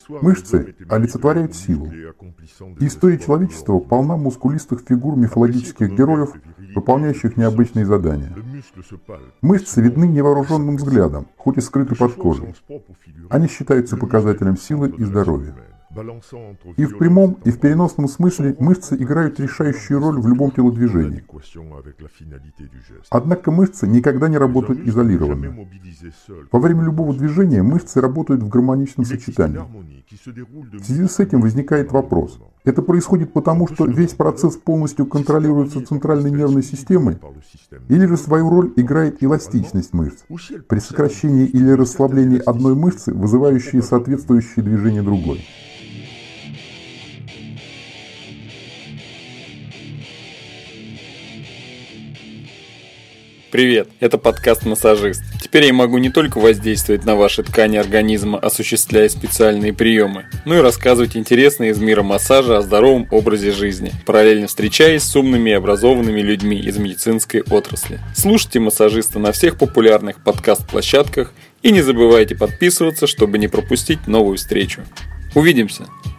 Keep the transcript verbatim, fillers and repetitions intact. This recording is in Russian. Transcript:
Мышцы олицетворяют силу. История человечества полна мускулистых фигур мифологических героев, выполняющих необычные задания. Мышцы видны невооруженным взглядом, хоть и скрыты под кожей. Они считаются показателем силы и здоровья. И в прямом, и в переносном смысле мышцы играют решающую роль в любом телодвижении. Однако мышцы никогда не работают изолированно. Во время любого движения мышцы работают в гармоничном сочетании. В связи с этим возникает вопрос. Это происходит потому, что весь процесс полностью контролируется центральной нервной системой, или же свою роль играет эластичность мышц, при сокращении или расслаблении одной мышцы, вызывающие соответствующие движения другой. Привет, это подкаст «Массажист». Теперь я могу не только воздействовать на ваши ткани организма, осуществляя специальные приемы, но и рассказывать интересные из мира массажа о здоровом образе жизни, параллельно встречаясь с умными и образованными людьми из медицинской отрасли. Слушайте «Массажиста» на всех популярных подкаст-площадках и не забывайте подписываться, чтобы не пропустить новую встречу. Увидимся!